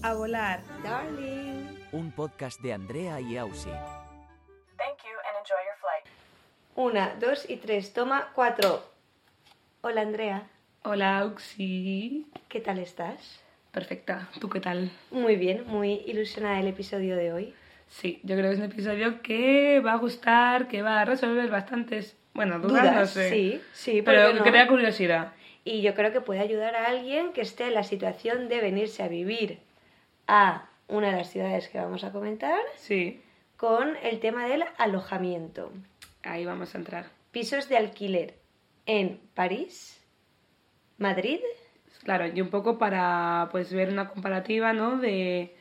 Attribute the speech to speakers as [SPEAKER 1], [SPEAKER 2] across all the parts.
[SPEAKER 1] A volar.
[SPEAKER 2] Darling.
[SPEAKER 3] Un podcast de Andrea y Ausi.
[SPEAKER 4] Thank you and enjoy your flight.
[SPEAKER 2] 1, 2 y 3. Toma 4. Hola, Andrea.
[SPEAKER 1] Hola, Auxi.
[SPEAKER 2] ¿Qué tal estás?
[SPEAKER 1] Perfecta. ¿Tú qué tal?
[SPEAKER 2] Muy bien, muy ilusionada del episodio de hoy.
[SPEAKER 1] Sí, yo creo que es un episodio que va a gustar, que va a resolver bastantes, dudas, no sé.
[SPEAKER 2] Sí,
[SPEAKER 1] pero
[SPEAKER 2] ¿por qué no?
[SPEAKER 1] crea curiosidad.
[SPEAKER 2] Y yo creo que puede ayudar a alguien que esté en la situación de venirse a vivir a una de las ciudades que vamos a comentar
[SPEAKER 1] Sí,
[SPEAKER 2] con el tema del alojamiento.
[SPEAKER 1] ahí vamos a entrar.
[SPEAKER 2] Pisos de alquiler en París, Madrid.
[SPEAKER 1] Claro, y un poco para ver una comparativa, ¿no? De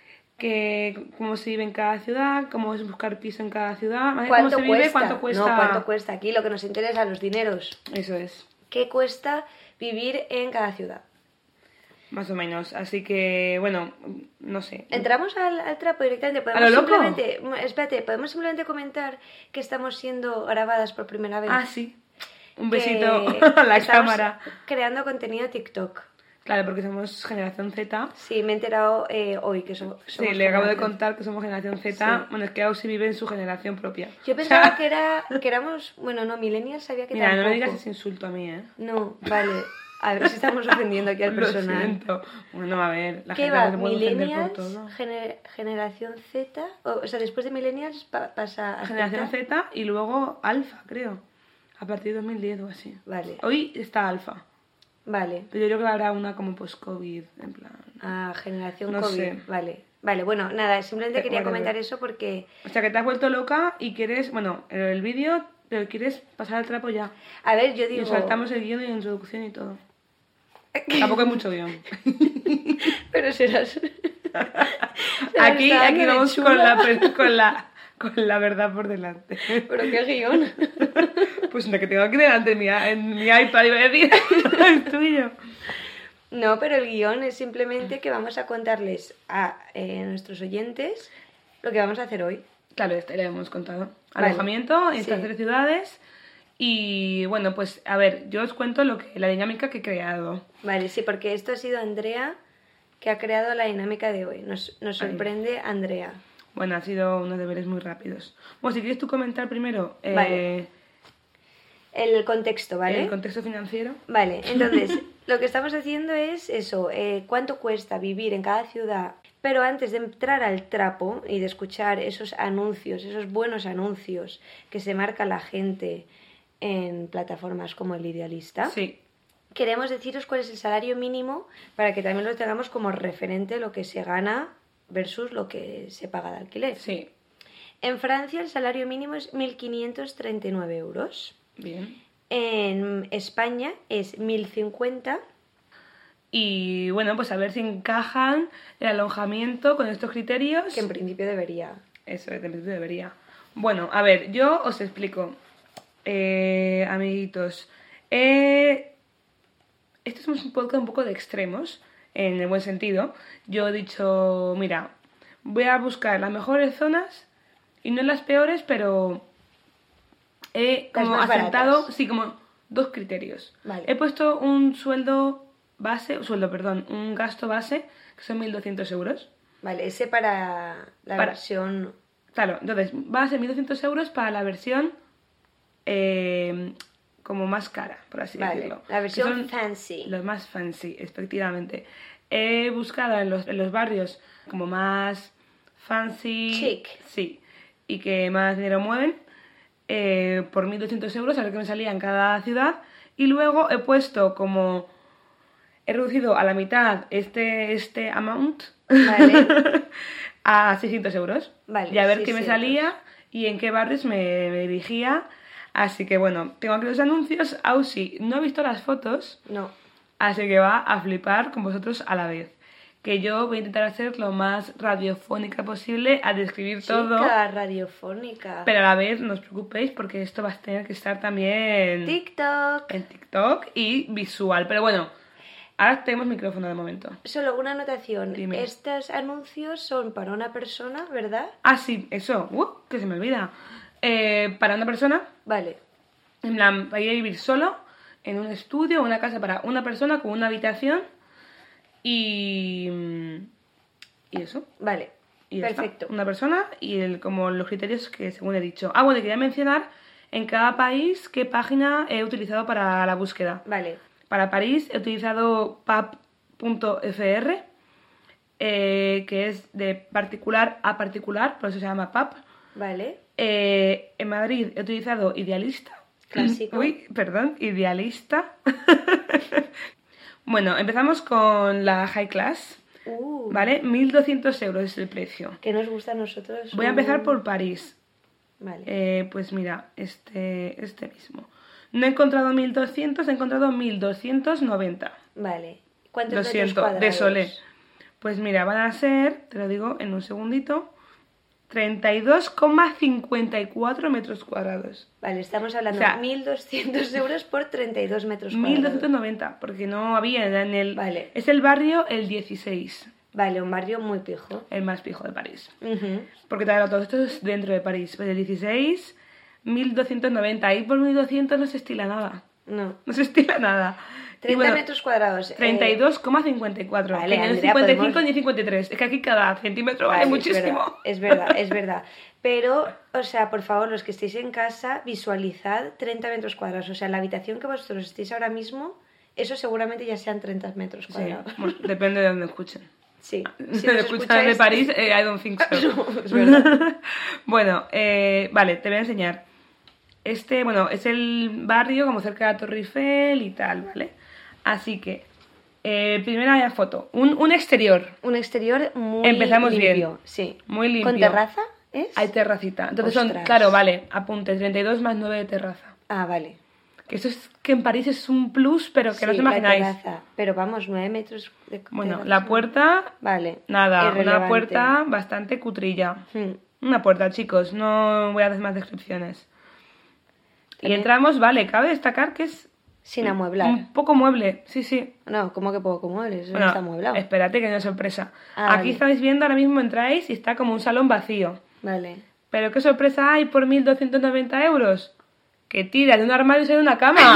[SPEAKER 1] cómo se vive en cada ciudad, cómo es buscar piso en cada ciudad, ¿vale?
[SPEAKER 2] ¿Cuánto
[SPEAKER 1] cómo se vive,
[SPEAKER 2] cuesta?
[SPEAKER 1] cuánto cuesta.
[SPEAKER 2] No, ¿cuánto cuesta? Aquí lo que nos interesa, los dineros.
[SPEAKER 1] Eso es,
[SPEAKER 2] ¿Qué cuesta vivir en cada ciudad?
[SPEAKER 1] más o menos. Así que, no sé.
[SPEAKER 2] Entramos al trapo directamente.
[SPEAKER 1] ¿A lo loco?
[SPEAKER 2] ¿Podemos simplemente comentar que estamos siendo grabadas por primera vez?
[SPEAKER 1] Ah, sí. Un besito
[SPEAKER 2] Que
[SPEAKER 1] a la
[SPEAKER 2] estamos
[SPEAKER 1] cámara.
[SPEAKER 2] creando contenido TikTok.
[SPEAKER 1] Claro, porque somos generación Z.
[SPEAKER 2] Sí, me he enterado hoy que somos
[SPEAKER 1] Sí, le acabo de
[SPEAKER 2] generación.
[SPEAKER 1] contar que somos generación Z.
[SPEAKER 2] Sí.
[SPEAKER 1] Bueno, es que Ausi vive en su generación propia.
[SPEAKER 2] Yo pensaba que éramos... Bueno, no, millennials sabía que
[SPEAKER 1] Mira,
[SPEAKER 2] tampoco.
[SPEAKER 1] no me digas ese insulto a mí, ¿eh?
[SPEAKER 2] No, vale. A ver si estamos ofendiendo aquí al
[SPEAKER 1] Lo
[SPEAKER 2] personal.
[SPEAKER 1] siento. Bueno, a ver, la
[SPEAKER 2] ¿Qué
[SPEAKER 1] gente
[SPEAKER 2] va?
[SPEAKER 1] no se puede ofender por
[SPEAKER 2] ¿Millennials?
[SPEAKER 1] todo.
[SPEAKER 2] ¿Generación Z? O sea, después de millennials pasa a
[SPEAKER 1] Generación
[SPEAKER 2] Z.
[SPEAKER 1] Z y luego Alfa, creo. A partir de 2010 o así.
[SPEAKER 2] Vale,
[SPEAKER 1] Hoy está Alfa.
[SPEAKER 2] vale.
[SPEAKER 1] Pero yo creo que habrá una como post-COVID, en plan...
[SPEAKER 2] Ah, generación
[SPEAKER 1] No
[SPEAKER 2] COVID.
[SPEAKER 1] sé.
[SPEAKER 2] Vale. Vale, bueno, nada, simplemente quería
[SPEAKER 1] Whatever.
[SPEAKER 2] comentar eso porque...
[SPEAKER 1] O sea, que te has vuelto loca y quieres... el vídeo, pero quieres pasar al trapo ya.
[SPEAKER 2] A ver, yo
[SPEAKER 1] Y
[SPEAKER 2] digo...
[SPEAKER 1] saltamos el guión y la introducción y todo. Tampoco hay mucho guión.
[SPEAKER 2] Pero serás...
[SPEAKER 1] Aquí
[SPEAKER 2] está dando de
[SPEAKER 1] vamos
[SPEAKER 2] chula.
[SPEAKER 1] con la verdad por delante.
[SPEAKER 2] Pero qué guión.
[SPEAKER 1] Pues lo que tengo aquí delante en mi iPad, iba a decir, es tuyo.
[SPEAKER 2] No, pero el guión es simplemente que vamos a contarles a nuestros oyentes lo que vamos a hacer hoy.
[SPEAKER 1] Claro, este le hemos contado.
[SPEAKER 2] Vale.
[SPEAKER 1] Alojamiento en estas
[SPEAKER 2] Sí.
[SPEAKER 1] 3 ciudades. Y bueno, pues a ver, yo os cuento la dinámica que he creado.
[SPEAKER 2] Vale, sí, porque esto ha sido Andrea que ha creado la dinámica de hoy. Nos sorprende Andrea.
[SPEAKER 1] Bueno, ha sido unos deberes muy rápidos. Bueno, si quieres tú comentar primero
[SPEAKER 2] Vale. El contexto, ¿vale?
[SPEAKER 1] el contexto financiero.
[SPEAKER 2] Vale, entonces, lo que estamos haciendo es eso, cuánto cuesta vivir en cada ciudad. Pero antes de entrar al trapo y de escuchar esos anuncios, esos buenos anuncios que se marca la gente en plataformas como El Idealista,
[SPEAKER 1] Sí,
[SPEAKER 2] queremos deciros cuál es el salario mínimo para que también lo tengamos como referente lo que se gana versus lo que se paga de alquiler.
[SPEAKER 1] sí.
[SPEAKER 2] En Francia el salario mínimo es 1.539 euros.
[SPEAKER 1] Bien.
[SPEAKER 2] En España es 1.050.
[SPEAKER 1] Y bueno, pues a ver si encajan el alojamiento con estos criterios.
[SPEAKER 2] Que en principio debería.
[SPEAKER 1] Eso, en principio debería. Bueno, a ver, yo os explico. Amiguitos. Esto es un podcast un poco de extremos, en el buen sentido. Yo he dicho, mira, voy a buscar las mejores zonas y no las peores, pero he
[SPEAKER 2] Las
[SPEAKER 1] como
[SPEAKER 2] más
[SPEAKER 1] asentado,
[SPEAKER 2] baratas.
[SPEAKER 1] sí, como 2 criterios.
[SPEAKER 2] Vale.
[SPEAKER 1] He puesto un un gasto base, que son 1.200 euros.
[SPEAKER 2] Vale, ese para la
[SPEAKER 1] Para-
[SPEAKER 2] versión...
[SPEAKER 1] Claro, entonces va a ser 1.200 euros para la versión como más cara, por así
[SPEAKER 2] Vale,
[SPEAKER 1] decirlo.
[SPEAKER 2] la
[SPEAKER 1] Que
[SPEAKER 2] versión
[SPEAKER 1] son
[SPEAKER 2] fancy.
[SPEAKER 1] los más fancy, efectivamente. He buscado en los barrios como más fancy.
[SPEAKER 2] Chic.
[SPEAKER 1] Sí, y que más dinero mueven, por 1.200 euros, a ver qué me salía en cada ciudad. Y luego he puesto como... He reducido a la mitad este amount
[SPEAKER 2] Vale.
[SPEAKER 1] a 600 euros.
[SPEAKER 2] Vale,
[SPEAKER 1] Y a ver qué me
[SPEAKER 2] 600.
[SPEAKER 1] salía y en qué barrios me dirigía. Así que bueno, tengo aquí los anuncios. Ausi no he visto las fotos,
[SPEAKER 2] No.
[SPEAKER 1] así que va a flipar con vosotros a la vez. Que yo voy a intentar hacer lo más radiofónica posible, a describir todo.
[SPEAKER 2] Chica radiofónica.
[SPEAKER 1] Pero a la vez no os preocupéis porque esto va a tener que estar también
[SPEAKER 2] TikTok.
[SPEAKER 1] en TikTok y visual. Pero bueno, ahora tenemos micrófono de momento.
[SPEAKER 2] Solo una anotación.
[SPEAKER 1] Dime.
[SPEAKER 2] Estos anuncios son para una persona, ¿verdad?
[SPEAKER 1] Ah, sí, eso. Que se me olvida. Para una persona,
[SPEAKER 2] Vale.
[SPEAKER 1] en plan, para ir a vivir solo, en un estudio, una casa para una persona con una habitación y Y eso.
[SPEAKER 2] Vale,
[SPEAKER 1] Y ya está.
[SPEAKER 2] perfecto.
[SPEAKER 1] Una persona y como los criterios que según he dicho. Ah, bueno, y quería mencionar en cada país qué página he utilizado para la búsqueda.
[SPEAKER 2] Vale,
[SPEAKER 1] Para París he utilizado pub.fr, que es de particular a particular, por eso se llama pub.
[SPEAKER 2] vale.
[SPEAKER 1] En Madrid he utilizado Idealista.
[SPEAKER 2] Clásico.
[SPEAKER 1] Uy, perdón, Idealista. Bueno, empezamos con la High Class, ¿vale? 1.200 euros es el precio.
[SPEAKER 2] ¿Qué nos gusta a nosotros?
[SPEAKER 1] Voy a empezar por París.
[SPEAKER 2] Vale.
[SPEAKER 1] Pues mira, este mismo. No he encontrado 1.200, he encontrado 1.290.
[SPEAKER 2] Vale. ¿Cuántos
[SPEAKER 1] Lo
[SPEAKER 2] metros
[SPEAKER 1] siento,
[SPEAKER 2] cuadrados?
[SPEAKER 1] de Solé. Pues mira, van a ser, te lo digo en un segundito, 32,54 metros cuadrados.
[SPEAKER 2] Vale, estamos hablando
[SPEAKER 1] O sea,
[SPEAKER 2] de 1.200 euros por 32 metros cuadrados.
[SPEAKER 1] 1.290, porque no había en el...
[SPEAKER 2] Vale.
[SPEAKER 1] Es el barrio el 16,
[SPEAKER 2] Vale, un barrio muy pijo.
[SPEAKER 1] el más pijo de París.
[SPEAKER 2] Ujú.
[SPEAKER 1] Porque claro, todo esto es dentro de París. Pues el 16, 1.290. Ahí por 1.200 no se estila nada.
[SPEAKER 2] No.
[SPEAKER 1] No se estila nada.
[SPEAKER 2] 30
[SPEAKER 1] Y bueno,
[SPEAKER 2] metros cuadrados.
[SPEAKER 1] 32,54.
[SPEAKER 2] Vale,
[SPEAKER 1] Que ni es
[SPEAKER 2] Andrea,
[SPEAKER 1] 55
[SPEAKER 2] podemos-
[SPEAKER 1] ni 53. Es que aquí cada centímetro vale
[SPEAKER 2] Vale,
[SPEAKER 1] muchísimo.
[SPEAKER 2] Es verdad, es verdad. Pero, o sea, por favor, los que estéis en casa, visualizad 30 metros cuadrados. O sea, la habitación que vosotros estéis ahora mismo, eso seguramente ya sean 30 metros
[SPEAKER 1] Sí,
[SPEAKER 2] cuadrados.
[SPEAKER 1] bueno, depende de dónde escuchen.
[SPEAKER 2] Sí.
[SPEAKER 1] Si
[SPEAKER 2] nos
[SPEAKER 1] lo escuchan de
[SPEAKER 2] escucháis-
[SPEAKER 1] París, I don't think so.
[SPEAKER 2] No, es verdad.
[SPEAKER 1] Bueno, vale, te voy a enseñar. Este, bueno, es el barrio como cerca de la Torre Eiffel y tal, ¿vale? Así que, primera foto. Un exterior.
[SPEAKER 2] Un exterior muy
[SPEAKER 1] Empezamos
[SPEAKER 2] limpio.
[SPEAKER 1] bien.
[SPEAKER 2] Sí.
[SPEAKER 1] Muy limpio.
[SPEAKER 2] ¿Con terraza es?
[SPEAKER 1] Hay terracita. Entonces son,
[SPEAKER 2] Ostras.
[SPEAKER 1] claro, vale, apunte, 32 más 9 de terraza.
[SPEAKER 2] Ah, vale.
[SPEAKER 1] Que eso es que en París es un plus, pero que no os
[SPEAKER 2] Sí,
[SPEAKER 1] imagináis.
[SPEAKER 2] la terraza. Pero vamos, 9 metros de
[SPEAKER 1] Bueno,
[SPEAKER 2] terraza.
[SPEAKER 1] la puerta,
[SPEAKER 2] Vale.
[SPEAKER 1] nada, una
[SPEAKER 2] irrelevante.
[SPEAKER 1] puerta bastante cutrilla.
[SPEAKER 2] Hmm.
[SPEAKER 1] Una puerta, chicos, no voy a hacer más descripciones. Y
[SPEAKER 2] También-
[SPEAKER 1] entramos, vale, cabe destacar que es
[SPEAKER 2] Sin amueblar.
[SPEAKER 1] un poco mueble, sí, sí.
[SPEAKER 2] No, ¿cómo que poco muebles? Eso no
[SPEAKER 1] Bueno,
[SPEAKER 2] está amueblado.
[SPEAKER 1] espérate que no es sorpresa.
[SPEAKER 2] Ah,
[SPEAKER 1] Aquí
[SPEAKER 2] vale.
[SPEAKER 1] estáis viendo, ahora mismo entráis y está como un salón vacío.
[SPEAKER 2] Vale.
[SPEAKER 1] Pero qué sorpresa hay por 1.290 euros. Que tiras de un armario y sale una cama.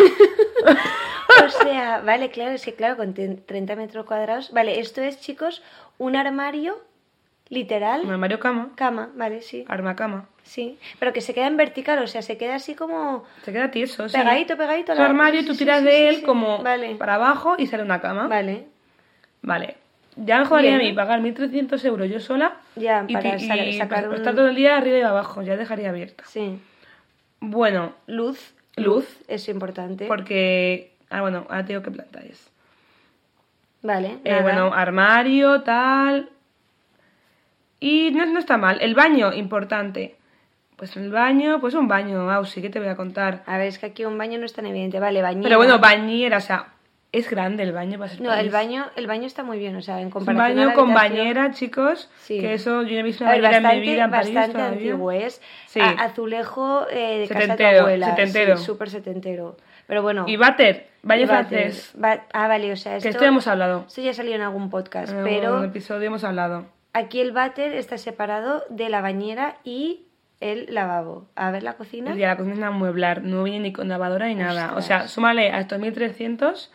[SPEAKER 2] O sea, vale, claro, es que claro, con 30 metros cuadrados. Vale, esto es, chicos, un armario literal.
[SPEAKER 1] Un armario cama,
[SPEAKER 2] Cama, vale, sí.
[SPEAKER 1] arma cama.
[SPEAKER 2] Sí. Pero que se queda en vertical, o sea, se queda así como
[SPEAKER 1] Se queda tieso, sí.
[SPEAKER 2] pegadito, pegadito. a
[SPEAKER 1] Es un
[SPEAKER 2] la-
[SPEAKER 1] armario y tú
[SPEAKER 2] sí,
[SPEAKER 1] tiras
[SPEAKER 2] sí,
[SPEAKER 1] de
[SPEAKER 2] sí,
[SPEAKER 1] él
[SPEAKER 2] sí.
[SPEAKER 1] como
[SPEAKER 2] Vale.
[SPEAKER 1] para abajo y sale una cama.
[SPEAKER 2] Vale.
[SPEAKER 1] Vale. Ya me jodería a
[SPEAKER 2] Bien.
[SPEAKER 1] mí pagar 1.300 euros yo sola
[SPEAKER 2] Ya,
[SPEAKER 1] y,
[SPEAKER 2] para
[SPEAKER 1] y
[SPEAKER 2] sacar un...
[SPEAKER 1] estar todo el día arriba y abajo. Ya dejaría abierta.
[SPEAKER 2] Sí.
[SPEAKER 1] Bueno,
[SPEAKER 2] Luz.
[SPEAKER 1] Luz.
[SPEAKER 2] Es importante.
[SPEAKER 1] porque... Ah, bueno, ahora te digo qué planta es.
[SPEAKER 2] Vale, nada.
[SPEAKER 1] Bueno, armario, tal... Y no está mal. El baño, importante. Pues el baño, pues un baño, Ausi, ¿qué te voy a contar?
[SPEAKER 2] A ver, es que aquí un baño no es tan evidente. Vale, bañera.
[SPEAKER 1] Pero bueno, bañera, o sea, es grande el baño para ser
[SPEAKER 2] No,
[SPEAKER 1] París.
[SPEAKER 2] el baño está muy bien, o sea, en
[SPEAKER 1] Es un
[SPEAKER 2] comparación a
[SPEAKER 1] baño
[SPEAKER 2] la
[SPEAKER 1] con
[SPEAKER 2] habitación-
[SPEAKER 1] bañera, chicos,
[SPEAKER 2] Sí.
[SPEAKER 1] que eso yo no he visto
[SPEAKER 2] A
[SPEAKER 1] una
[SPEAKER 2] ver,
[SPEAKER 1] bañera
[SPEAKER 2] bastante,
[SPEAKER 1] en mi vida en París
[SPEAKER 2] bastante
[SPEAKER 1] todavía.
[SPEAKER 2] antiguo, es
[SPEAKER 1] Sí.
[SPEAKER 2] azulejo de casa de tu
[SPEAKER 1] Setentero,
[SPEAKER 2] abuela.
[SPEAKER 1] setentero.
[SPEAKER 2] Sí, súper setentero. Pero bueno.
[SPEAKER 1] Y váter, baño
[SPEAKER 2] y váter.
[SPEAKER 1] francés,
[SPEAKER 2] Vale, o sea,
[SPEAKER 1] que esto ya hemos hablado.
[SPEAKER 2] Esto ya salió en algún podcast,
[SPEAKER 1] En
[SPEAKER 2] pero
[SPEAKER 1] un episodio hemos hablado.
[SPEAKER 2] aquí el váter está separado de la bañera y el lavabo. A ver la cocina.
[SPEAKER 1] Y la cocina es una mueblar, no viene ni con lavadora ni nada. O
[SPEAKER 2] Ostras.
[SPEAKER 1] sea, súmale a estos 1.300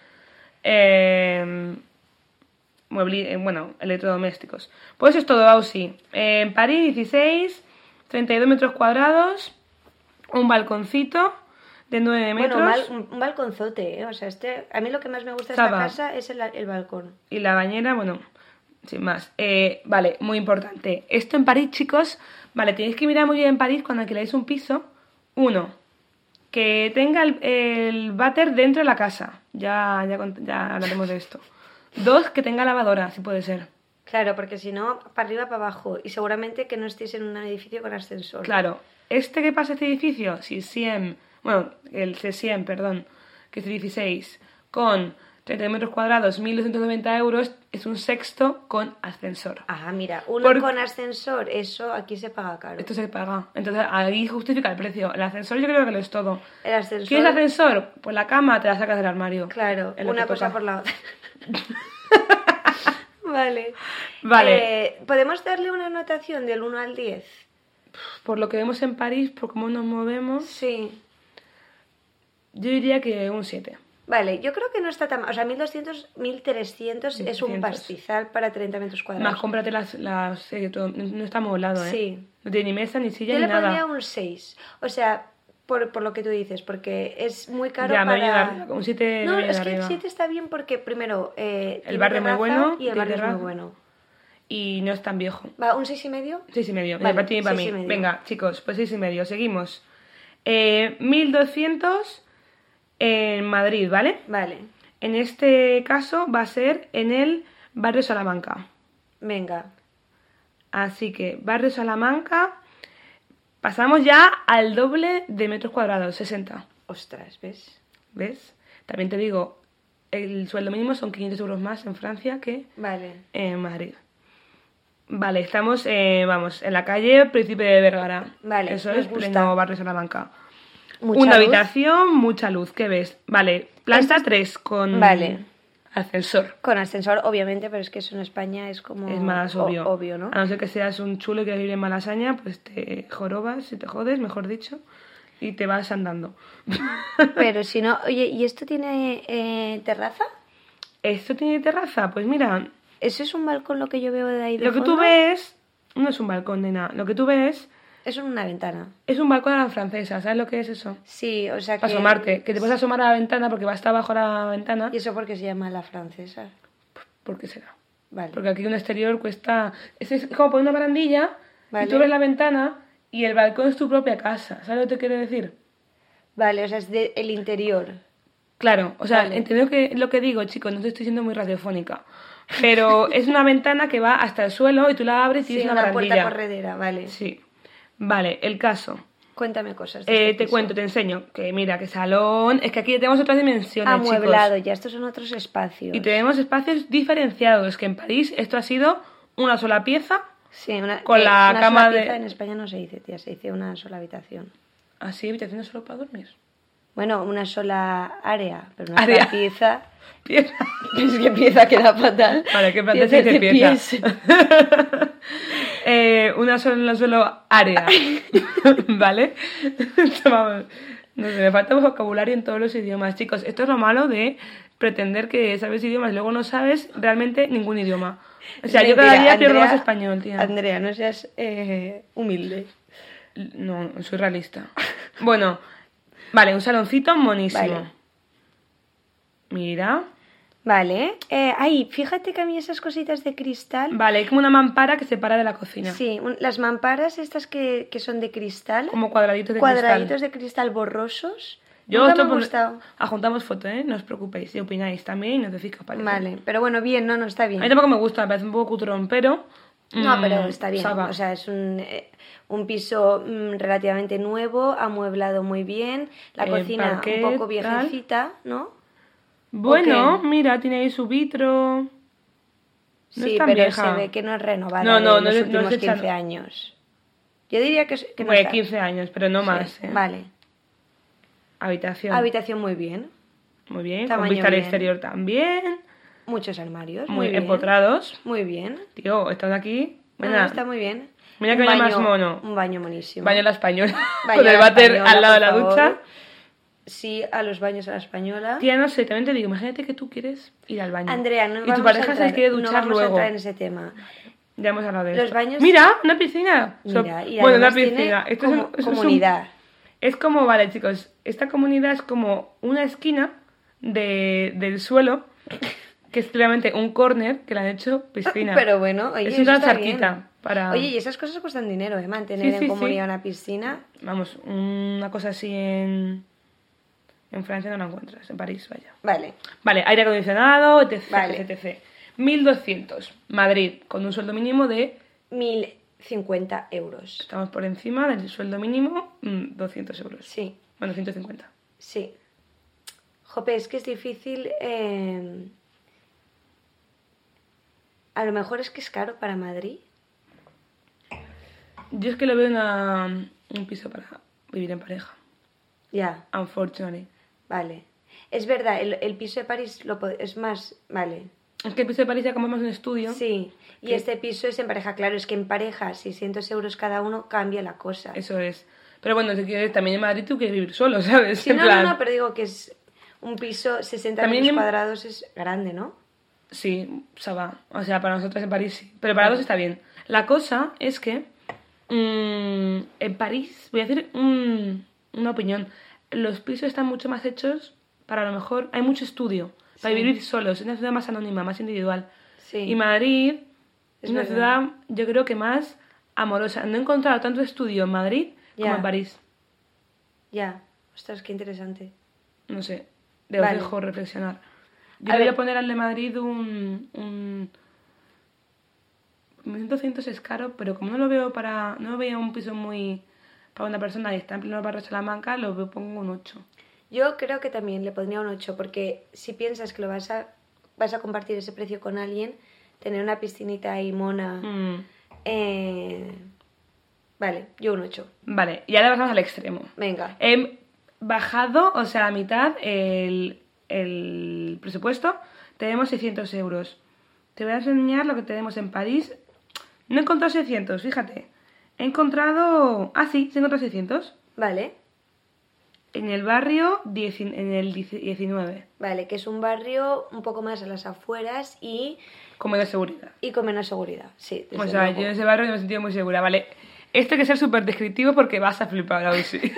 [SPEAKER 1] bueno, electrodomésticos. Pues eso es todo, Ausi. En París, 16, 32 metros cuadrados, un balconcito de 9 metros
[SPEAKER 2] Bueno, un balconzote, ¿eh? O sea, a mí lo que más me gusta de esta
[SPEAKER 1] Saba.
[SPEAKER 2] casa es el balcón.
[SPEAKER 1] y la bañera, bueno, sin más. Vale, muy importante. Esto en París, chicos, vale, tenéis que mirar muy bien en París cuando alquiláis un piso. Uno, que tenga el váter dentro de la casa. Ya hablaremos de esto. Dos, que tenga lavadora, si puede ser.
[SPEAKER 2] Claro, porque si no, para arriba, para abajo. Y seguramente que no estéis en un edificio con ascensor.
[SPEAKER 1] Claro, ¿qué pasa este edificio? Si Siem, bueno, el CSIEM, perdón, que es 16, con 30 metros cuadrados, 1.290 euros, es un sexto con ascensor.
[SPEAKER 2] Ah, mira, uno
[SPEAKER 1] Por-
[SPEAKER 2] con ascensor, eso aquí se paga caro.
[SPEAKER 1] Esto se paga. Entonces ahí justifica el precio. El ascensor yo creo que lo es todo.
[SPEAKER 2] El ascensor...
[SPEAKER 1] ¿Quieres ascensor? Pues la cama te la sacas del armario.
[SPEAKER 2] Claro,
[SPEAKER 1] Es lo
[SPEAKER 2] una
[SPEAKER 1] que
[SPEAKER 2] cosa
[SPEAKER 1] toca.
[SPEAKER 2] por la otra. Vale.
[SPEAKER 1] Vale.
[SPEAKER 2] ¿Podemos darle una anotación del 1 al 10?
[SPEAKER 1] Por lo que vemos en París, por cómo nos movemos,
[SPEAKER 2] Sí.
[SPEAKER 1] yo diría que un 7.
[SPEAKER 2] Vale, yo creo que no está tan mal. O sea, 1.200, 1.300 es un
[SPEAKER 1] 1.300.
[SPEAKER 2] pastizal para 30 metros cuadrados.
[SPEAKER 1] Más cómprate todo, no está amoblado, ¿eh?
[SPEAKER 2] Sí.
[SPEAKER 1] No tiene ni mesa, ni silla,
[SPEAKER 2] Yo
[SPEAKER 1] ni
[SPEAKER 2] le pondría
[SPEAKER 1] nada.
[SPEAKER 2] un 6. O sea, por lo que tú dices, porque es muy caro
[SPEAKER 1] Ya, me voy a
[SPEAKER 2] para...
[SPEAKER 1] llevar un 7
[SPEAKER 2] No,
[SPEAKER 1] me voy a
[SPEAKER 2] es
[SPEAKER 1] llevar
[SPEAKER 2] que el
[SPEAKER 1] arriba.
[SPEAKER 2] 7 está bien porque, primero, tiene
[SPEAKER 1] barrio muy
[SPEAKER 2] terraza
[SPEAKER 1] bueno,
[SPEAKER 2] y el
[SPEAKER 1] tiene
[SPEAKER 2] barrio es muy
[SPEAKER 1] terraza.
[SPEAKER 2] bueno.
[SPEAKER 1] Y no es tan viejo.
[SPEAKER 2] Va, ¿un 6,5?
[SPEAKER 1] 6,5.
[SPEAKER 2] Vale,
[SPEAKER 1] Para ti y para
[SPEAKER 2] 6,5.
[SPEAKER 1] mí. Venga, chicos, pues 6,5. Seguimos. 1.200 en Madrid, ¿vale?
[SPEAKER 2] Vale,
[SPEAKER 1] En este caso va a ser en el barrio Salamanca.
[SPEAKER 2] venga.
[SPEAKER 1] Así que, barrio Salamanca, pasamos ya al doble de metros cuadrados, 60.
[SPEAKER 2] Ostras, ¿ves?
[SPEAKER 1] ¿Ves? También te digo, el sueldo mínimo son 500 euros más en Francia que
[SPEAKER 2] Vale.
[SPEAKER 1] en Madrid. Vale, estamos, vamos, en la calle Príncipe de Vergara.
[SPEAKER 2] Vale,
[SPEAKER 1] Eso
[SPEAKER 2] nos
[SPEAKER 1] es
[SPEAKER 2] gusta.
[SPEAKER 1] pleno barrio Salamanca.
[SPEAKER 2] Mucha
[SPEAKER 1] Una
[SPEAKER 2] luz.
[SPEAKER 1] habitación, mucha luz. ¿Qué ves? Vale, planta
[SPEAKER 2] Esto es-
[SPEAKER 1] 3 con
[SPEAKER 2] Vale.
[SPEAKER 1] ascensor.
[SPEAKER 2] Con ascensor, obviamente, pero es que eso en España es como...
[SPEAKER 1] Es más obvio.
[SPEAKER 2] Obvio, ¿no?
[SPEAKER 1] A no ser que seas un chulo y quieras vivir en Malasaña, pues te jorobas y te jodes, mejor dicho, y te vas andando.
[SPEAKER 2] Pero si no... Oye, ¿y esto tiene terraza?
[SPEAKER 1] ¿Esto tiene terraza? Pues mira,
[SPEAKER 2] ¿Eso es un balcón lo que yo veo de ahí de
[SPEAKER 1] lo que tú
[SPEAKER 2] fondo?
[SPEAKER 1] ves no es un balcón de nada. Lo que tú ves
[SPEAKER 2] Eso es una ventana.
[SPEAKER 1] es un balcón a la francesa. ¿Sabes lo que es eso?
[SPEAKER 2] Sí, o sea que...
[SPEAKER 1] Para asomarte. Que te puedes asomar a la ventana porque va a estar bajo la ventana.
[SPEAKER 2] ¿Y eso por qué se llama la francesa?
[SPEAKER 1] ¿Por qué será?
[SPEAKER 2] Vale.
[SPEAKER 1] Porque aquí un exterior cuesta... Es como poner una barandilla
[SPEAKER 2] Vale.
[SPEAKER 1] y tú ves la ventana y el balcón es tu propia casa. ¿Sabes lo que te quiero decir?
[SPEAKER 2] Vale, o sea, es el interior.
[SPEAKER 1] Claro, o sea,
[SPEAKER 2] Vale.
[SPEAKER 1] entiendo que lo que digo, chicos, no te estoy siendo muy radiofónica. Pero es una ventana que va hasta el suelo y tú la abres y
[SPEAKER 2] Sí,
[SPEAKER 1] tienes
[SPEAKER 2] una
[SPEAKER 1] una
[SPEAKER 2] puerta
[SPEAKER 1] barandilla.
[SPEAKER 2] corredera, vale.
[SPEAKER 1] Sí. Vale, el caso.
[SPEAKER 2] Cuéntame cosas de este
[SPEAKER 1] Te
[SPEAKER 2] piso.
[SPEAKER 1] cuento, te enseño. Que mira, que salón... Es que aquí tenemos otras dimensiones,
[SPEAKER 2] Amueblado,
[SPEAKER 1] chicos.
[SPEAKER 2] ya estos son otros espacios.
[SPEAKER 1] Y tenemos espacios diferenciados. Que en París esto ha sido una sola pieza.
[SPEAKER 2] Sí,
[SPEAKER 1] con
[SPEAKER 2] que
[SPEAKER 1] la
[SPEAKER 2] una
[SPEAKER 1] cama
[SPEAKER 2] sola
[SPEAKER 1] de-
[SPEAKER 2] pieza en España no se dice, tía, se dice una sola habitación.
[SPEAKER 1] Así, habitación solo para dormir.
[SPEAKER 2] Bueno, una sola área, pero una
[SPEAKER 1] Área.
[SPEAKER 2] sola pieza.
[SPEAKER 1] Pieza.
[SPEAKER 2] Es que pieza queda fatal.
[SPEAKER 1] Vale, ¿qué francés se dice
[SPEAKER 2] de
[SPEAKER 1] pieza?
[SPEAKER 2] pies.
[SPEAKER 1] Una solo área. ¿Vale? Vamos. No sé, me falta vocabulario en todos los idiomas. Chicos, esto es lo malo de pretender que sabes idiomas y luego no sabes realmente ningún idioma. O sea, yo cada
[SPEAKER 2] Mentira,
[SPEAKER 1] día pierdo más
[SPEAKER 2] Andrea-
[SPEAKER 1] español, tía.
[SPEAKER 2] Andrea, no seas humilde.
[SPEAKER 1] No, soy realista. Bueno, vale, un saloncito monísimo.
[SPEAKER 2] Vale.
[SPEAKER 1] Mira.
[SPEAKER 2] Vale. Fíjate que a mí esas cositas de cristal...
[SPEAKER 1] Vale, hay como una mampara que separa de la cocina.
[SPEAKER 2] Sí, las mamparas estas que son de cristal,
[SPEAKER 1] Como cuadraditos de
[SPEAKER 2] cuadraditos
[SPEAKER 1] cristal.
[SPEAKER 2] de cristal borrosos.
[SPEAKER 1] Yo
[SPEAKER 2] Nunca
[SPEAKER 1] esto
[SPEAKER 2] me ha gustado.
[SPEAKER 1] Adjuntamos foto, ¿eh? No os preocupéis. Si opináis también y nos decís qué os parece.
[SPEAKER 2] Vale, pero bueno, bien, no, está
[SPEAKER 1] A mí
[SPEAKER 2] bien.
[SPEAKER 1] tampoco me gusta, me parece un poco cutrón, pero...
[SPEAKER 2] No, pero está bien.
[SPEAKER 1] salva.
[SPEAKER 2] O sea, es un piso relativamente nuevo, amueblado muy bien. La cocina
[SPEAKER 1] parquet,
[SPEAKER 2] un poco
[SPEAKER 1] tal.
[SPEAKER 2] viejecita, ¿no?
[SPEAKER 1] Bueno,
[SPEAKER 2] ¿o
[SPEAKER 1] mira, tiene ahí su vitro. No
[SPEAKER 2] Sí,
[SPEAKER 1] es tan
[SPEAKER 2] pero
[SPEAKER 1] vieja.
[SPEAKER 2] se ve que no es renovada
[SPEAKER 1] No, no,
[SPEAKER 2] de
[SPEAKER 1] no
[SPEAKER 2] los
[SPEAKER 1] es- no es
[SPEAKER 2] últimos
[SPEAKER 1] de echar-
[SPEAKER 2] 15 años. Yo diría que no
[SPEAKER 1] Bueno,
[SPEAKER 2] está.
[SPEAKER 1] 15 años, pero no
[SPEAKER 2] Sí,
[SPEAKER 1] más, ¿eh?
[SPEAKER 2] Vale.
[SPEAKER 1] Habitación.
[SPEAKER 2] Habitación muy bien.
[SPEAKER 1] Muy bien, con
[SPEAKER 2] Tamaño
[SPEAKER 1] vista al
[SPEAKER 2] bien.
[SPEAKER 1] exterior también.
[SPEAKER 2] Muchos armarios.
[SPEAKER 1] Muy
[SPEAKER 2] bien.
[SPEAKER 1] empotrados.
[SPEAKER 2] Muy bien.
[SPEAKER 1] Tío, están aquí.
[SPEAKER 2] No,
[SPEAKER 1] Mira,
[SPEAKER 2] está muy bien.
[SPEAKER 1] mira
[SPEAKER 2] Un
[SPEAKER 1] que baño más
[SPEAKER 2] baño-
[SPEAKER 1] mono.
[SPEAKER 2] Un baño monísimo.
[SPEAKER 1] Baño a la española.
[SPEAKER 2] Baño
[SPEAKER 1] con
[SPEAKER 2] a
[SPEAKER 1] el
[SPEAKER 2] la
[SPEAKER 1] váter
[SPEAKER 2] española,
[SPEAKER 1] al lado de
[SPEAKER 2] por
[SPEAKER 1] la
[SPEAKER 2] favor.
[SPEAKER 1] ducha.
[SPEAKER 2] Sí, a los baños a la española.
[SPEAKER 1] Tía, no sé, también te digo, imagínate que tú quieres ir al baño.
[SPEAKER 2] Andrea, no
[SPEAKER 1] y
[SPEAKER 2] vamos
[SPEAKER 1] tu pareja
[SPEAKER 2] a entrar,
[SPEAKER 1] se quiere
[SPEAKER 2] no
[SPEAKER 1] duchar
[SPEAKER 2] vamos a
[SPEAKER 1] luego.
[SPEAKER 2] entrar en ese tema.
[SPEAKER 1] Ya hemos hablado de
[SPEAKER 2] Los
[SPEAKER 1] esto.
[SPEAKER 2] baños-
[SPEAKER 1] Mira, una piscina.
[SPEAKER 2] Mira, y
[SPEAKER 1] bueno, una
[SPEAKER 2] además tiene
[SPEAKER 1] piscina. Esto es
[SPEAKER 2] como
[SPEAKER 1] es
[SPEAKER 2] comunidad.
[SPEAKER 1] es como, vale, chicos, esta comunidad es como una esquina del suelo, que es realmente un corner que le han hecho piscina.
[SPEAKER 2] Pero bueno, oye,
[SPEAKER 1] es
[SPEAKER 2] eso
[SPEAKER 1] una
[SPEAKER 2] está
[SPEAKER 1] zarquita
[SPEAKER 2] bien.
[SPEAKER 1] para...
[SPEAKER 2] Oye, y esas cosas cuestan dinero, ¿eh? Mantener
[SPEAKER 1] Sí, sí,
[SPEAKER 2] en
[SPEAKER 1] sí.
[SPEAKER 2] comunidad una piscina.
[SPEAKER 1] Vamos, una cosa así en Francia no la encuentras, en París, vaya.
[SPEAKER 2] Vale.
[SPEAKER 1] Vale, aire acondicionado, etc,
[SPEAKER 2] Vale.
[SPEAKER 1] etc. 1.200, Madrid, con un sueldo mínimo de...
[SPEAKER 2] 1.050 euros.
[SPEAKER 1] Estamos por encima del sueldo mínimo, 200 euros.
[SPEAKER 2] Sí,
[SPEAKER 1] Bueno, 150.
[SPEAKER 2] sí. Jope, es que es difícil. A lo mejor es que es caro para Madrid.
[SPEAKER 1] Yo es que lo veo un piso para vivir en pareja,
[SPEAKER 2] Ya,
[SPEAKER 1] unfortunately.
[SPEAKER 2] vale. Es verdad, el piso de París es más. Vale.
[SPEAKER 1] Es que el piso de París ya como más un estudio.
[SPEAKER 2] Sí, y
[SPEAKER 1] ¿Qué?
[SPEAKER 2] este piso es en pareja. Claro, es que en pareja, 600 euros cada uno, cambia la cosa.
[SPEAKER 1] Eso es. Pero bueno, si quieres, también en Madrid tú quieres vivir solo, ¿sabes?
[SPEAKER 2] Sí,
[SPEAKER 1] En
[SPEAKER 2] no,
[SPEAKER 1] plan,
[SPEAKER 2] no, pero digo que es Un piso 60
[SPEAKER 1] También
[SPEAKER 2] metros
[SPEAKER 1] en-
[SPEAKER 2] cuadrados es grande, ¿no?
[SPEAKER 1] Sí, ça va. O sea, para nosotros en París sí. Pero para dos está bien. La cosa es que en París, voy a decir una opinión, los pisos están mucho más hechos para lo mejor... Hay mucho estudio para
[SPEAKER 2] Sí.
[SPEAKER 1] vivir solos. Es una ciudad más anónima, más individual.
[SPEAKER 2] Sí.
[SPEAKER 1] Y Madrid es
[SPEAKER 2] Es
[SPEAKER 1] una
[SPEAKER 2] verdad.
[SPEAKER 1] ciudad, yo creo que más amorosa. No he encontrado tanto estudio en Madrid como
[SPEAKER 2] Ya.
[SPEAKER 1] en París.
[SPEAKER 2] Ya. Ostras, qué interesante.
[SPEAKER 1] No sé, os
[SPEAKER 2] Vale.
[SPEAKER 1] dejo reflexionar. Yo
[SPEAKER 2] A
[SPEAKER 1] le voy
[SPEAKER 2] ver.
[SPEAKER 1] a poner al de Madrid un 1.200 es caro, pero como no lo veo no veía un piso muy para una persona y está en pleno barrio de Salamanca, pongo un 8.
[SPEAKER 2] Yo creo que también le pondría un 8, porque si piensas que vas a compartir ese precio con alguien, tener una piscinita ahí mona... Vale, yo un 8.
[SPEAKER 1] Vale, y ahora pasamos al extremo.
[SPEAKER 2] Venga.
[SPEAKER 1] He bajado, o sea, a mitad el presupuesto. Tenemos 600 euros. Te voy a enseñar lo que tenemos en París. No he encontrado 600, fíjate. He encontrado... Ah, sí, he encontrado 600.
[SPEAKER 2] Vale.
[SPEAKER 1] En el barrio, en el 19.
[SPEAKER 2] Vale, que es un barrio un poco más a las afueras y
[SPEAKER 1] Como de seguridad.
[SPEAKER 2] con menos seguridad. Sí, desde
[SPEAKER 1] O sea,
[SPEAKER 2] luego.
[SPEAKER 1] yo en ese barrio me he sentido muy segura, ¿vale? Esto hay que ser súper descriptivo porque vas a flipar, Ausi.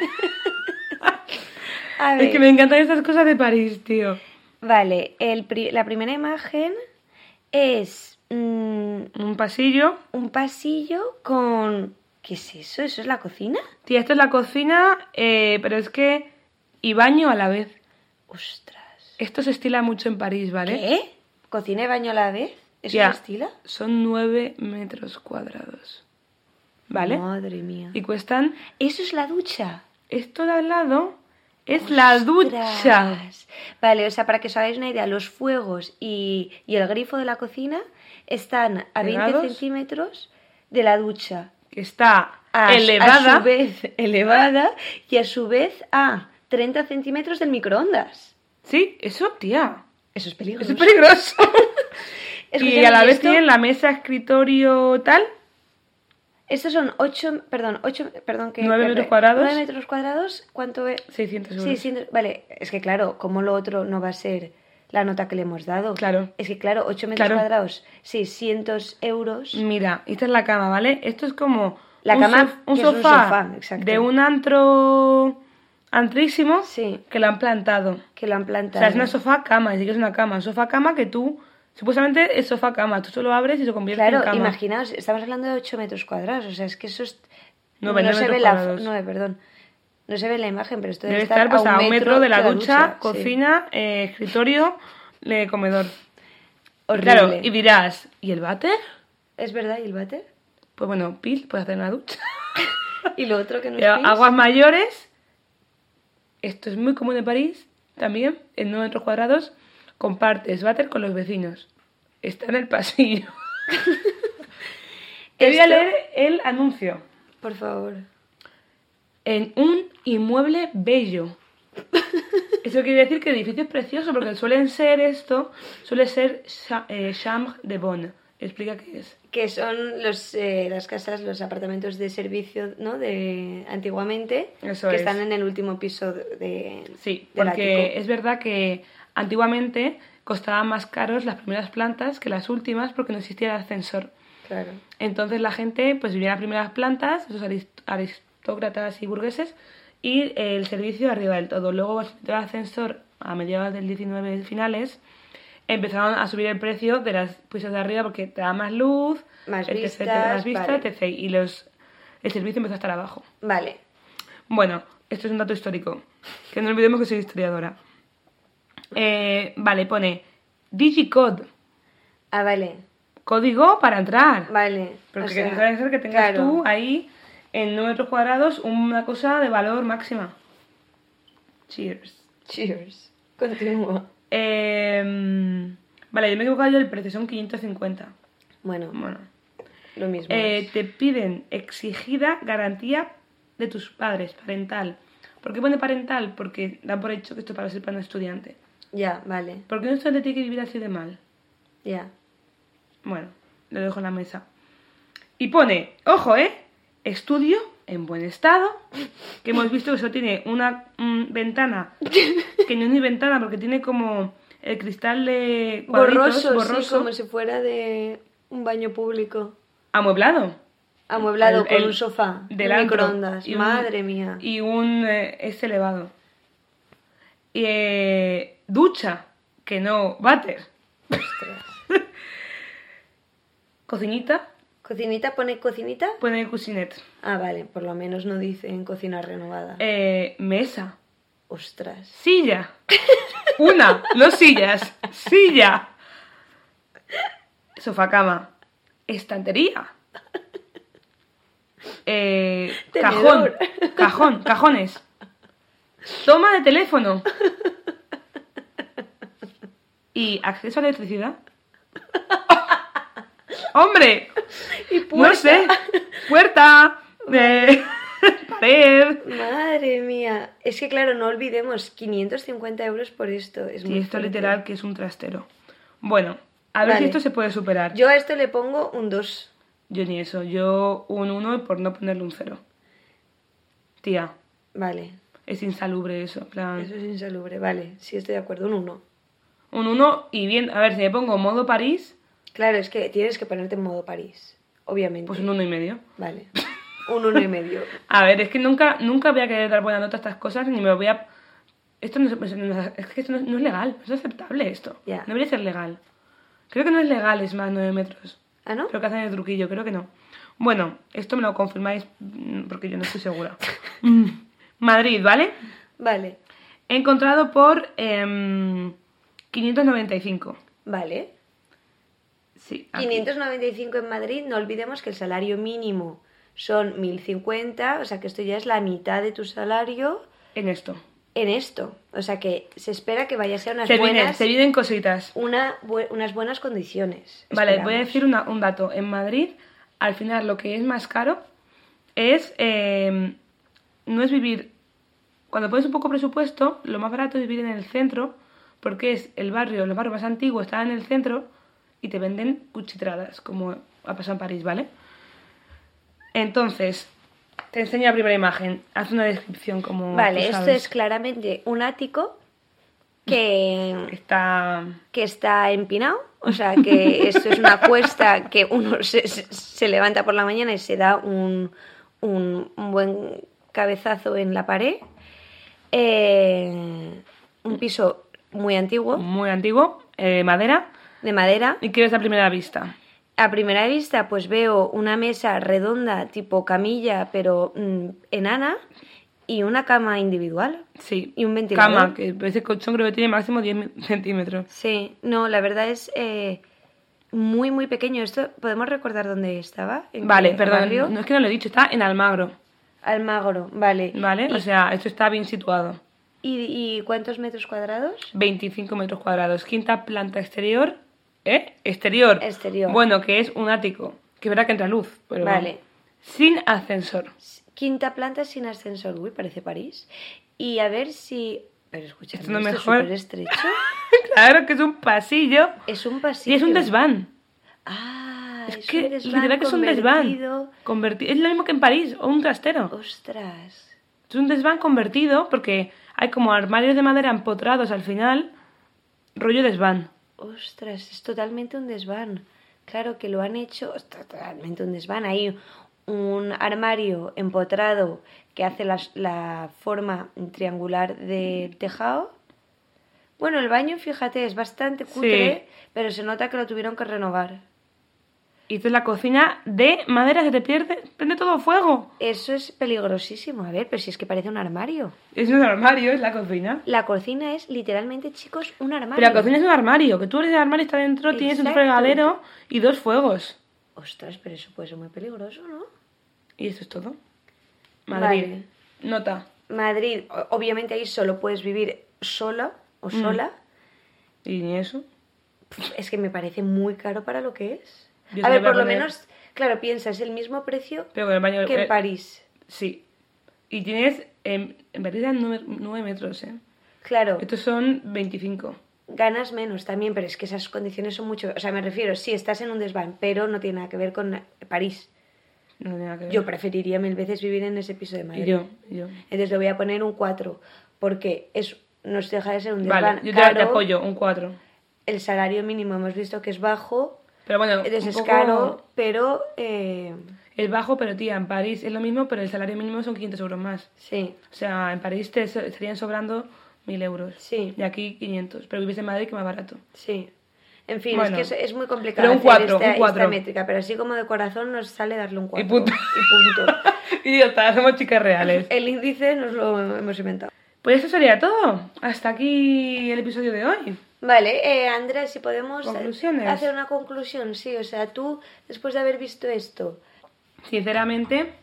[SPEAKER 2] A ver,
[SPEAKER 1] Es que me encantan estas cosas de París, tío.
[SPEAKER 2] vale, la primera imagen es
[SPEAKER 1] Un pasillo.
[SPEAKER 2] un pasillo con... ¿Qué es eso? ¿Eso es la cocina?
[SPEAKER 1] Tía, esto es la cocina, pero es que... Y baño a la vez.
[SPEAKER 2] Ostras.
[SPEAKER 1] Esto se estila mucho en París, ¿vale?
[SPEAKER 2] ¿Qué? ¿Cocina y baño a la vez? ¿Eso
[SPEAKER 1] Tía,
[SPEAKER 2] se estila?
[SPEAKER 1] son 9 metros cuadrados. ¿Vale?
[SPEAKER 2] Madre mía.
[SPEAKER 1] Y cuestan...
[SPEAKER 2] Eso es la ducha.
[SPEAKER 1] Esto de al lado es la ducha.
[SPEAKER 2] Ostras. Vale, o sea, para que os hagáis una idea, los fuegos y el grifo de la cocina están a 20
[SPEAKER 1] Pegados.
[SPEAKER 2] centímetros de la ducha.
[SPEAKER 1] Que está
[SPEAKER 2] A
[SPEAKER 1] elevada.
[SPEAKER 2] su vez elevada y a su vez a 30 centímetros del microondas.
[SPEAKER 1] Sí, eso, tía.
[SPEAKER 2] Eso es peligroso.
[SPEAKER 1] Eso es peligroso. Y
[SPEAKER 2] Escúchame,
[SPEAKER 1] a la vez
[SPEAKER 2] esto-
[SPEAKER 1] tienen la mesa, escritorio, tal.
[SPEAKER 2] Estos son 8, que...
[SPEAKER 1] 9 metros cuadrados.
[SPEAKER 2] 9 metros cuadrados, ¿cuánto es?
[SPEAKER 1] 600 euros.
[SPEAKER 2] 600, vale, es que claro, como lo otro no va a ser la nota que le hemos dado.
[SPEAKER 1] Claro.
[SPEAKER 2] Es que claro, 8 metros
[SPEAKER 1] Claro.
[SPEAKER 2] cuadrados, 600 euros.
[SPEAKER 1] Mira, esta es la cama, ¿vale? Esto es como
[SPEAKER 2] La
[SPEAKER 1] un
[SPEAKER 2] cama,
[SPEAKER 1] un
[SPEAKER 2] que es un
[SPEAKER 1] sofá,
[SPEAKER 2] sofá, exacto.
[SPEAKER 1] de un antrísimo
[SPEAKER 2] Sí.
[SPEAKER 1] que lo han plantado.
[SPEAKER 2] Que lo han
[SPEAKER 1] O
[SPEAKER 2] plantado.
[SPEAKER 1] sea, es una sofá-cama, sí que es una cama. Un sofá-cama que tú, supuestamente es sofá-cama, tú solo abres y se convierte
[SPEAKER 2] Claro,
[SPEAKER 1] en cama.
[SPEAKER 2] imaginaos, estamos hablando de 8 metros cuadrados, o sea, es que eso es...
[SPEAKER 1] Nueve
[SPEAKER 2] no se
[SPEAKER 1] metros
[SPEAKER 2] ve la...
[SPEAKER 1] cuadrados.
[SPEAKER 2] 9, perdón. No se ve la imagen, pero esto
[SPEAKER 1] Debe estar pues, a un metro de la ducha,
[SPEAKER 2] sí.
[SPEAKER 1] cocina, escritorio, comedor.
[SPEAKER 2] Horrible.
[SPEAKER 1] Claro, y dirás, ¿y el váter?
[SPEAKER 2] ¿Es verdad? ¿Y el váter?
[SPEAKER 1] Pues bueno, pis, puedes hacer en la ducha.
[SPEAKER 2] ¿Y lo otro que no es
[SPEAKER 1] Pero
[SPEAKER 2] pis?
[SPEAKER 1] aguas mayores, esto es muy común en París, también, en 9 metros cuadrados, compartes váter con los vecinos. Está en el pasillo. Te voy a
[SPEAKER 2] Esto-
[SPEAKER 1] leer el anuncio.
[SPEAKER 2] Por favor.
[SPEAKER 1] En un inmueble bello. Eso quiere decir que el edificio es precioso, porque suele ser chambre de bonne. Explica qué es.
[SPEAKER 2] Que son las casas, los apartamentos de servicio, ¿no? De antiguamente,
[SPEAKER 1] Eso
[SPEAKER 2] que
[SPEAKER 1] es.
[SPEAKER 2] están en el último piso
[SPEAKER 1] Sí,
[SPEAKER 2] del
[SPEAKER 1] porque
[SPEAKER 2] ático.
[SPEAKER 1] es verdad que antiguamente costaban más caros las primeras plantas que las últimas porque no existía el ascensor.
[SPEAKER 2] Claro.
[SPEAKER 1] Entonces la gente pues vivía en las primeras plantas, esos aristócratas y burgueses, y el servicio arriba del todo. Luego el ascensor a mediados del 19 finales empezaron a subir el precio de las pisos de arriba porque te da más luz,
[SPEAKER 2] Más
[SPEAKER 1] etc,
[SPEAKER 2] vistas,
[SPEAKER 1] más vistas,
[SPEAKER 2] vale.
[SPEAKER 1] etc. Y el servicio empezó a estar abajo.
[SPEAKER 2] Vale.
[SPEAKER 1] Bueno, esto es un dato histórico. Que no olvidemos que soy historiadora. Vale, pone Digicode.
[SPEAKER 2] Ah, vale.
[SPEAKER 1] Código para entrar.
[SPEAKER 2] Vale.
[SPEAKER 1] Porque
[SPEAKER 2] o sea,
[SPEAKER 1] puede ser que tengas
[SPEAKER 2] claro.
[SPEAKER 1] tú ahí en 9 metros cuadrados una cosa de valor máxima. Cheers.
[SPEAKER 2] Cheers. Continúa.
[SPEAKER 1] Vale, yo me he equivocado yo del precio, son 550.
[SPEAKER 2] Bueno,
[SPEAKER 1] Bueno.
[SPEAKER 2] lo mismo.
[SPEAKER 1] Te piden exigida garantía de tus padres, parental. ¿Por qué pone parental? Porque dan por hecho que esto para ser para un estudiante.
[SPEAKER 2] Ya, vale.
[SPEAKER 1] ¿Por qué un estudiante tiene que vivir así de mal?
[SPEAKER 2] Ya.
[SPEAKER 1] Bueno, lo dejo en la mesa. Y pone, ojo, estudio en buen estado, que hemos visto que solo tiene una ventana, que no es ni ventana porque tiene como el cristal de cuadritos,
[SPEAKER 2] borroso, sí, como si fuera de un baño público.
[SPEAKER 1] amueblado.
[SPEAKER 2] Amueblado con un sofá,
[SPEAKER 1] del
[SPEAKER 2] un
[SPEAKER 1] antro,
[SPEAKER 2] microondas.
[SPEAKER 1] y un-
[SPEAKER 2] Madre mía.
[SPEAKER 1] Y un este elevado. Y ducha, que no váter.
[SPEAKER 2] Ostras.
[SPEAKER 1] Cocinita,
[SPEAKER 2] ¿Cocinita? ¿Pone cocinita?
[SPEAKER 1] pone cuisinet.
[SPEAKER 2] Ah, vale, por lo menos no dicen cocina renovada.
[SPEAKER 1] Mesa,
[SPEAKER 2] Ostras.
[SPEAKER 1] silla. Una, no sillas, silla. Sofá cama, estantería. Cajón,
[SPEAKER 2] Tenedor.
[SPEAKER 1] cajones. Toma de teléfono. ¿Y acceso a la electricidad? ¡Hombre!
[SPEAKER 2] Y puerta.
[SPEAKER 1] No sé. Puerta. Pared.
[SPEAKER 2] Madre mía. Es que claro, no olvidemos, 550 euros por esto. Es
[SPEAKER 1] Sí,
[SPEAKER 2] muy
[SPEAKER 1] esto
[SPEAKER 2] fuerte.
[SPEAKER 1] literal que es un trastero. Bueno, a ver
[SPEAKER 2] Vale.
[SPEAKER 1] si esto se puede superar.
[SPEAKER 2] Yo a esto le pongo un 2.
[SPEAKER 1] Yo ni eso. Yo un 1 por no ponerle un 0. Tía,
[SPEAKER 2] Vale.
[SPEAKER 1] es insalubre eso. En plan,
[SPEAKER 2] Eso es insalubre. Vale, sí estoy de acuerdo. Un 1.
[SPEAKER 1] un 1 y bien. A ver, si me pongo modo París,
[SPEAKER 2] Claro, es que tienes que ponerte en modo París. Obviamente.
[SPEAKER 1] pues un 1,5.
[SPEAKER 2] Vale. Un 1,5.
[SPEAKER 1] A ver, es que nunca voy a querer dar buena nota a estas cosas ni me lo voy a... Esto no es que esto no es legal, no es aceptable esto.
[SPEAKER 2] Ya.
[SPEAKER 1] No debería ser legal. Creo que no es legal, es más, 9 metros.
[SPEAKER 2] ¿Ah, no?
[SPEAKER 1] Creo que hacen el truquillo, creo que no. Bueno, esto me lo confirmáis porque yo no estoy segura. Madrid, ¿vale?
[SPEAKER 2] Vale.
[SPEAKER 1] He encontrado por 595.
[SPEAKER 2] Vale.
[SPEAKER 1] Sí, aquí.
[SPEAKER 2] 595 en Madrid. No olvidemos que el salario mínimo son 1050. O sea que esto ya es la mitad de tu salario
[SPEAKER 1] En esto.
[SPEAKER 2] en esto. O sea que se espera que vaya a ser unas
[SPEAKER 1] Se vienen cositas.
[SPEAKER 2] unas buenas condiciones.
[SPEAKER 1] Vale, voy a
[SPEAKER 2] esperamos.
[SPEAKER 1] decir un dato. En Madrid, al final, lo que es más caro es... no es vivir... Cuando pones un poco presupuesto, lo más barato es vivir en el centro, porque es los barrios más antiguos están en el centro y te venden cuchitradas, como ha pasado en París, ¿vale? Entonces, te enseño la primera imagen. Haz una descripción como
[SPEAKER 2] Vale,
[SPEAKER 1] tú
[SPEAKER 2] esto
[SPEAKER 1] sabes.
[SPEAKER 2] es claramente un ático que
[SPEAKER 1] Está...
[SPEAKER 2] está empinado, o sea que esto es una cuesta que uno se levanta por la mañana y se da un buen cabezazo en la pared. Un piso muy antiguo,
[SPEAKER 1] muy antiguo, madera.
[SPEAKER 2] de madera.
[SPEAKER 1] ¿Y qué ves a primera vista?
[SPEAKER 2] A primera vista pues veo una mesa redonda tipo camilla pero enana y una cama individual.
[SPEAKER 1] Sí.
[SPEAKER 2] Y un ventilador.
[SPEAKER 1] Cama, que ese colchón creo que tiene máximo 10 centímetros.
[SPEAKER 2] Sí, no, la verdad es muy, muy pequeño. Esto, ¿podemos recordar dónde estaba? ¿En
[SPEAKER 1] Vale,
[SPEAKER 2] qué
[SPEAKER 1] perdón,
[SPEAKER 2] barrio?
[SPEAKER 1] no es que no lo he dicho, está en Almagro,
[SPEAKER 2] Almagro, vale.
[SPEAKER 1] ¿vale? O sea, esto está bien situado.
[SPEAKER 2] ¿Y cuántos metros cuadrados?
[SPEAKER 1] 25 metros cuadrados, quinta planta exterior, Exterior.
[SPEAKER 2] Exterior.
[SPEAKER 1] Bueno, que es un ático, que verá que entra luz, pero
[SPEAKER 2] Vale.
[SPEAKER 1] sin ascensor.
[SPEAKER 2] Quinta planta sin ascensor. Uy, parece París. Y a ver si... Pero escucha,
[SPEAKER 1] Esto no
[SPEAKER 2] esto es
[SPEAKER 1] mejor.
[SPEAKER 2] súper estrecho.
[SPEAKER 1] Claro que es un pasillo
[SPEAKER 2] Es un
[SPEAKER 1] y
[SPEAKER 2] pasillo.
[SPEAKER 1] es un desván.
[SPEAKER 2] Ah,
[SPEAKER 1] Es
[SPEAKER 2] es
[SPEAKER 1] que
[SPEAKER 2] un desván
[SPEAKER 1] literal que es un
[SPEAKER 2] convertido.
[SPEAKER 1] desván. Es lo mismo que en París, o un trastero.
[SPEAKER 2] Ostras.
[SPEAKER 1] Es un desván convertido porque hay como armarios de madera empotrados al final, rollo desván.
[SPEAKER 2] Ostras, es totalmente un desván. Claro que lo han hecho, es totalmente un desván. Hay un armario empotrado que hace la forma triangular del tejado. Bueno, el baño, fíjate, es bastante cutre, pero se nota que lo tuvieron que renovar.
[SPEAKER 1] Y esta es la cocina de madera, se te prende todo fuego.
[SPEAKER 2] Eso es peligrosísimo. A ver, pero si es que parece un armario.
[SPEAKER 1] Es un armario, es la cocina.
[SPEAKER 2] La cocina es literalmente, chicos, un armario.
[SPEAKER 1] Pero la cocina es un armario, que tú eres el armario y está dentro, tienes un
[SPEAKER 2] Exacto.
[SPEAKER 1] fregadero y 2 fuegos.
[SPEAKER 2] Ostras, pero eso puede ser muy peligroso, ¿no?
[SPEAKER 1] Y eso es todo. Madrid.
[SPEAKER 2] Vale.
[SPEAKER 1] Nota.
[SPEAKER 2] Madrid, obviamente ahí solo puedes vivir sola o sola.
[SPEAKER 1] ¿Y ni eso?
[SPEAKER 2] Es que me parece muy caro para lo que es.
[SPEAKER 1] Yo
[SPEAKER 2] A
[SPEAKER 1] se
[SPEAKER 2] ver,
[SPEAKER 1] lo voy a
[SPEAKER 2] por lo
[SPEAKER 1] poner-
[SPEAKER 2] menos, claro, piensa, es el mismo precio
[SPEAKER 1] Pero con el baño...
[SPEAKER 2] que en París.
[SPEAKER 1] Sí. Y tienes, en París eran 9 metros, ¿eh?
[SPEAKER 2] Claro,
[SPEAKER 1] Estos son 25.
[SPEAKER 2] ganas menos también, pero es que esas condiciones son mucho... O sea, me refiero, sí, estás en un desván, pero no tiene nada que ver con París.
[SPEAKER 1] No tiene nada que ver.
[SPEAKER 2] Yo preferiría 1000 veces vivir en ese piso de Madrid.
[SPEAKER 1] Y yo.
[SPEAKER 2] Entonces le voy a poner un 4, porque no se deja de ser un
[SPEAKER 1] Vale,
[SPEAKER 2] desván
[SPEAKER 1] yo
[SPEAKER 2] caro.
[SPEAKER 1] te apoyo, un 4.
[SPEAKER 2] El salario mínimo hemos visto que es bajo,
[SPEAKER 1] Pero bueno,
[SPEAKER 2] entonces
[SPEAKER 1] un
[SPEAKER 2] es
[SPEAKER 1] poco-
[SPEAKER 2] caro, pero
[SPEAKER 1] Es bajo, pero tía, en París es lo mismo, pero el salario mínimo son 500 euros más.
[SPEAKER 2] sí,
[SPEAKER 1] O sea, en París te estarían sobrando 1000 euros.
[SPEAKER 2] Sí.
[SPEAKER 1] Y aquí 500. Pero vives en Madrid, que más barato.
[SPEAKER 2] sí. En fin,
[SPEAKER 1] Bueno.
[SPEAKER 2] es que es muy complicado
[SPEAKER 1] Pero un
[SPEAKER 2] hacer
[SPEAKER 1] 4, un 4.
[SPEAKER 2] esta métrica, pero así como de corazón nos sale darle un 4.
[SPEAKER 1] Y punto.
[SPEAKER 2] Y punto.
[SPEAKER 1] Y ya está, somos chicas reales.
[SPEAKER 2] El índice nos lo hemos inventado.
[SPEAKER 1] Pues eso sería todo. Hasta aquí el episodio de hoy.
[SPEAKER 2] Vale, Andrés, si podemos
[SPEAKER 1] ¿Conclusiones?
[SPEAKER 2] hacer una conclusión, sí, o sea, tú, después de haber visto esto,
[SPEAKER 1] Sinceramente,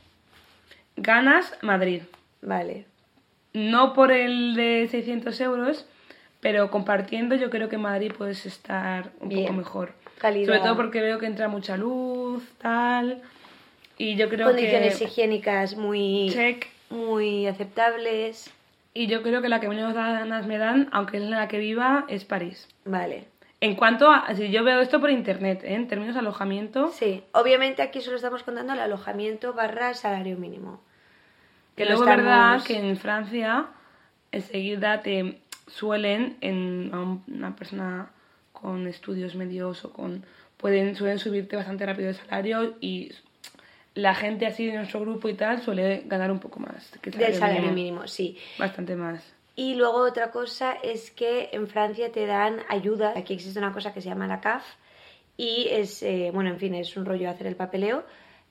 [SPEAKER 1] ganas Madrid.
[SPEAKER 2] vale,
[SPEAKER 1] No por el de 600 euros, pero compartiendo yo creo que Madrid puedes estar un
[SPEAKER 2] Bien.
[SPEAKER 1] poco mejor.
[SPEAKER 2] Calidad.
[SPEAKER 1] Sobre todo porque veo que entra mucha luz, tal. Y yo creo
[SPEAKER 2] condiciones
[SPEAKER 1] que...
[SPEAKER 2] higiénicas
[SPEAKER 1] Check.
[SPEAKER 2] muy aceptables,
[SPEAKER 1] Y yo creo que la que menos ganas me dan, aunque es la que viva, es París.
[SPEAKER 2] vale.
[SPEAKER 1] En cuanto a... Si yo veo esto por internet, ¿eh? En términos de alojamiento,
[SPEAKER 2] Sí, obviamente aquí solo estamos contando el alojamiento / salario mínimo.
[SPEAKER 1] que
[SPEAKER 2] No
[SPEAKER 1] luego es verdad
[SPEAKER 2] estamos-
[SPEAKER 1] que en Francia enseguida te suelen, a una persona con estudios medios o con... suelen subirte bastante rápido el salario y la gente así de nuestro grupo y tal suele ganar un poco más que el
[SPEAKER 2] Del salario mínimo, sí.
[SPEAKER 1] Bastante más.
[SPEAKER 2] Y luego otra cosa es que en Francia te dan ayuda. Aquí existe una cosa que se llama la CAF y es, bueno, en fin, es un rollo hacer el papeleo,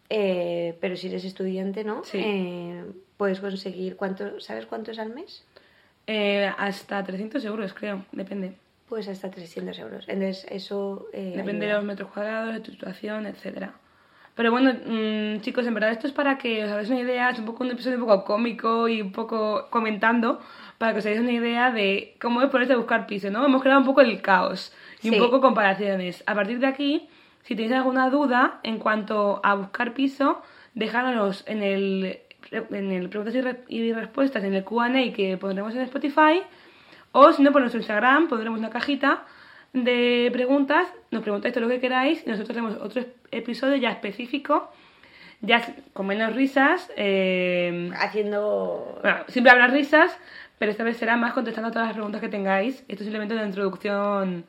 [SPEAKER 2] pero si eres estudiante, ¿no?
[SPEAKER 1] Sí.
[SPEAKER 2] Puedes conseguir, ¿sabes cuánto es al mes?
[SPEAKER 1] Hasta 300 euros, creo, depende.
[SPEAKER 2] Pues hasta 300 euros. Entonces eso
[SPEAKER 1] Depende de
[SPEAKER 2] ayuda.
[SPEAKER 1] los metros cuadrados, de tu situación, etcétera. Pero bueno, chicos, en verdad esto es para que os hagáis una idea, es un poco un episodio un poco cómico y un poco comentando, para que os hagáis una idea de cómo es ponerse a buscar piso, ¿no? Hemos creado un poco el caos y
[SPEAKER 2] Sí.
[SPEAKER 1] un poco comparaciones. A partir de aquí, si tenéis alguna duda en cuanto a buscar piso, dejadnos en el preguntas y respuestas, en el Q&A que pondremos en Spotify, o si no, por nuestro Instagram pondremos una cajita de preguntas, nos preguntáis todo lo que queráis y nosotros haremos otro episodio ya específico, ya con menos risas,
[SPEAKER 2] Haciendo...
[SPEAKER 1] bueno, siempre habrá risas, pero esta vez será más contestando a todas las preguntas que tengáis. Esto es simplemente una introducción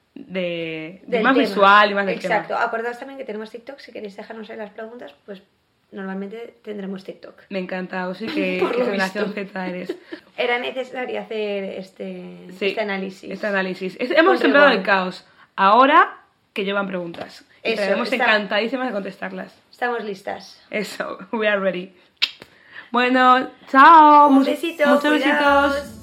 [SPEAKER 1] de
[SPEAKER 2] del
[SPEAKER 1] más
[SPEAKER 2] tema.
[SPEAKER 1] visual y más del
[SPEAKER 2] Exacto.
[SPEAKER 1] tema.
[SPEAKER 2] Acordaos también que tenemos TikTok. Si queréis dejarnos ahí las preguntas, pues normalmente tendremos TikTok.
[SPEAKER 1] Me encanta, o sí que
[SPEAKER 2] Por lo
[SPEAKER 1] generación
[SPEAKER 2] visto.
[SPEAKER 1] Z eres.
[SPEAKER 2] Era necesario hacer este análisis.
[SPEAKER 1] Este análisis. Hemos
[SPEAKER 2] Con
[SPEAKER 1] sembrado
[SPEAKER 2] rigor.
[SPEAKER 1] el caos. Ahora que llevan preguntas. Y
[SPEAKER 2] Eso,
[SPEAKER 1] estaremos
[SPEAKER 2] está-
[SPEAKER 1] encantadísimas de contestarlas.
[SPEAKER 2] Estamos listas.
[SPEAKER 1] Eso, we are ready. Bueno, chao.
[SPEAKER 2] Un besito.
[SPEAKER 1] Muchos
[SPEAKER 2] cuidaos.
[SPEAKER 1] besitos.